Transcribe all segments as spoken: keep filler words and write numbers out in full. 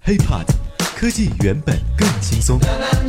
HeyPod， 科技原本更轻松。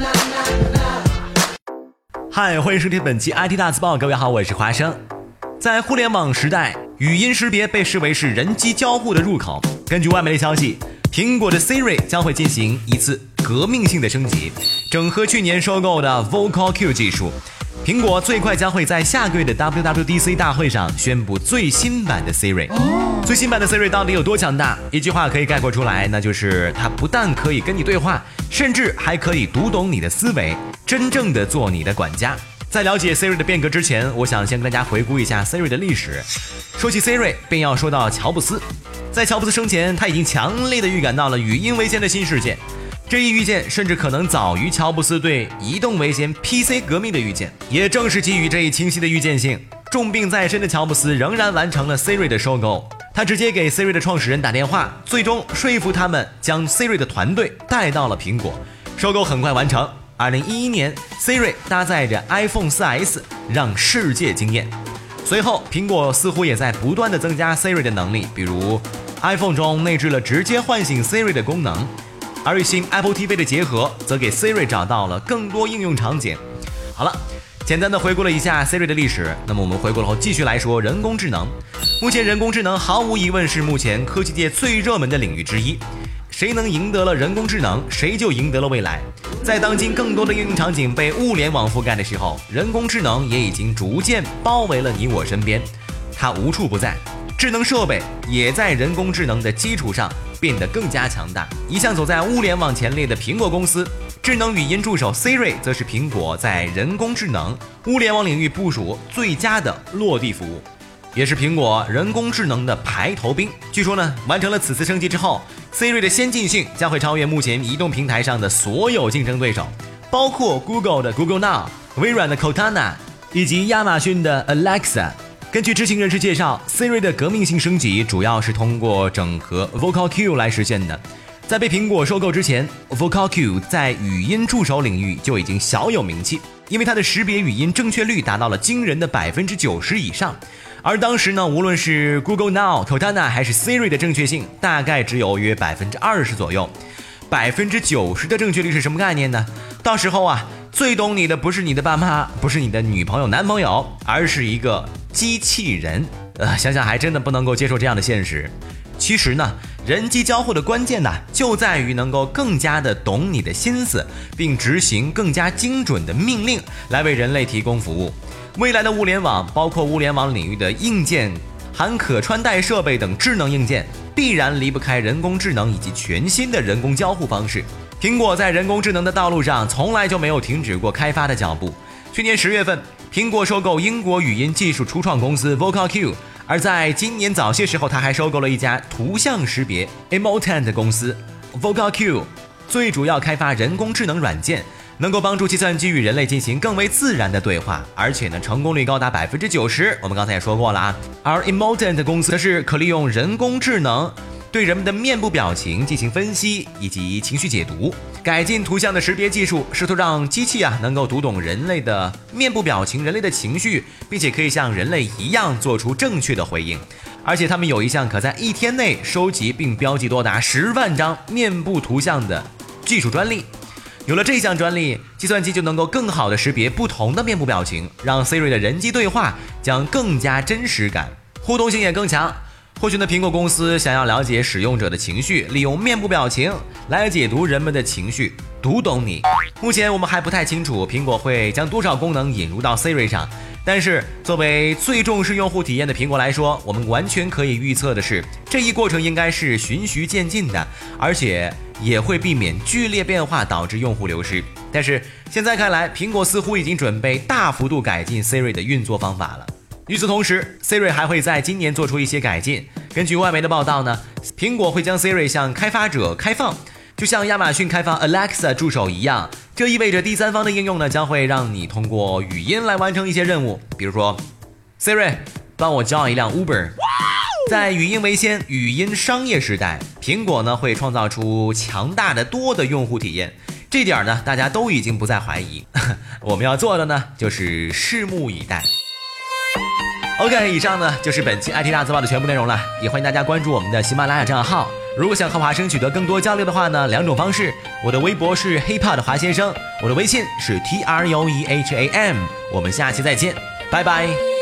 嗨，欢迎收听本期 I T 大字报，各位好，我是华生。在互联网时代，语音识别被视为是人机交互的入口。根据外媒的消息，苹果的 Siri 将会进行一次革命性的升级，整合去年收购的 Vocal Q 技术。苹果最快将会在下个月的 W W D C 大会上宣布最新版的 Siri。最新版的 Siri 到底有多强大？一句话可以概括出来，那就是它不但可以跟你对话，甚至还可以读懂你的思维，真正的做你的管家。在了解 Siri 的变革之前，我想先跟大家回顾一下 Siri 的历史。说起 Siri， 便要说到乔布斯。在乔布斯生前，他已经强烈的预感到了语音为先的新世界。这一预见甚至可能早于乔布斯对移动为先 P C 革命的预见。也正是基于这一清晰的预见性，重病在身的乔布斯仍然完成了 Siri 的收购。他直接给 Siri 的创始人打电话，最终说服他们将 Siri 的团队带到了苹果。收购很快完成。二零一一年 Siri 搭载着 iPhone 四 S 让世界惊艳。随后苹果似乎也在不断的增加 Siri 的能力，比如 iPhone 中内置了直接唤醒 Siri 的功能，而与新 Apple T V 的结合则给 Siri 找到了更多应用场景。好了，简单的回顾了一下 Siri 的历史，那么我们回顾了后继续来说人工智能。目前人工智能毫无疑问是目前科技界最热门的领域之一。谁能赢得了人工智能，谁就赢得了未来。在当今更多的应用场景被物联网覆盖的时候，人工智能也已经逐渐包围了你我身边，它无处不在。智能设备也在人工智能的基础上变得更加强大。一向走在物联网前列的苹果公司，智能语音助手 Siri 则是苹果在人工智能物联网领域部署最佳的落地服务，也是苹果人工智能的排头兵。据说呢，完成了此次升级之后， Siri 的先进性将会超越目前移动平台上的所有竞争对手，包括 Google 的 Google Now、 微软的 Cortana 以及亚马逊的 Alexa。 根据知情人士介绍， Siri 的革命性升级主要是通过整合 Vocal Q 来实现的。在被苹果收购之前， Vocal Q 在语音助手领域就已经小有名气，因为它的识别语音正确率达到了惊人的 百分之九十 以上。而当时呢，无论是 Google Now、Cortana 还是 Siri 的正确性大概只有约 百分之二十 左右。 百分之九十 的正确率是什么概念呢？到时候啊，最懂你的不是你的爸妈，不是你的女朋友男朋友，而是一个机器人。呃，想想还真的不能够接受这样的现实。其实呢，人机交互的关键呢，就在于能够更加的懂你的心思，并执行更加精准的命令，来为人类提供服务。未来的物联网，包括物联网领域的硬件，含可穿戴设备等智能硬件，必然离不开人工智能以及全新的人工交互方式。苹果在人工智能的道路上从来就没有停止过开发的脚步。去年十月份，苹果收购英国语音技术初创公司 Vocal Q， 而在今年早些时候，他还收购了一家图像识别 Emotant 的公司。 Vocal Q 最主要开发人工智能软件，能够帮助计算机与人类进行更为自然的对话，而且呢，成功率高达 百分之九十。 我们刚才也说过了啊。而 Emotant 公司则是可利用人工智能对人们的面部表情进行分析以及情绪解读，改进图像的识别技术，试图让机器啊能够读懂人类的面部表情、人类的情绪，并且可以像人类一样做出正确的回应。而且他们有一项可在一天内收集并标记多达十万张面部图像的技术专利。有了这项专利，计算机就能够更好地识别不同的面部表情，让 Siri 的人机对话将更加真实感，互动性也更强。或许呢，苹果公司想要了解使用者的情绪，利用面部表情来解读人们的情绪，读懂你。目前我们还不太清楚苹果会将多少功能引入到 Siri 上，但是作为最重视用户体验的苹果来说，我们完全可以预测的是，这一过程应该是循序渐进的，而且也会避免剧烈变化导致用户流失。但是现在看来，苹果似乎已经准备大幅度改进 Siri 的运作方法了。与此同时， Siri 还会在今年做出一些改进。根据外媒的报道呢，苹果会将 Siri 向开发者开放，就像亚马逊开放 Alexa 助手一样。这意味着第三方的应用呢，将会让你通过语音来完成一些任务，比如说 Siri 帮我叫一辆 Uber。 在语音为先、语音商业时代，苹果呢会创造出强大的多的用户体验，这点呢大家都已经不再怀疑。我们要做的呢就是拭目以待。OK， 以上呢就是本期 I T 大字报的全部内容了，也欢迎大家关注我们的喜马拉雅账号。 如果想和华生取得更多交流的话呢，两种方式，我的微博是 hiphop 的华先生，我的微信是 T R U E H A M， 我们下期再见，拜拜。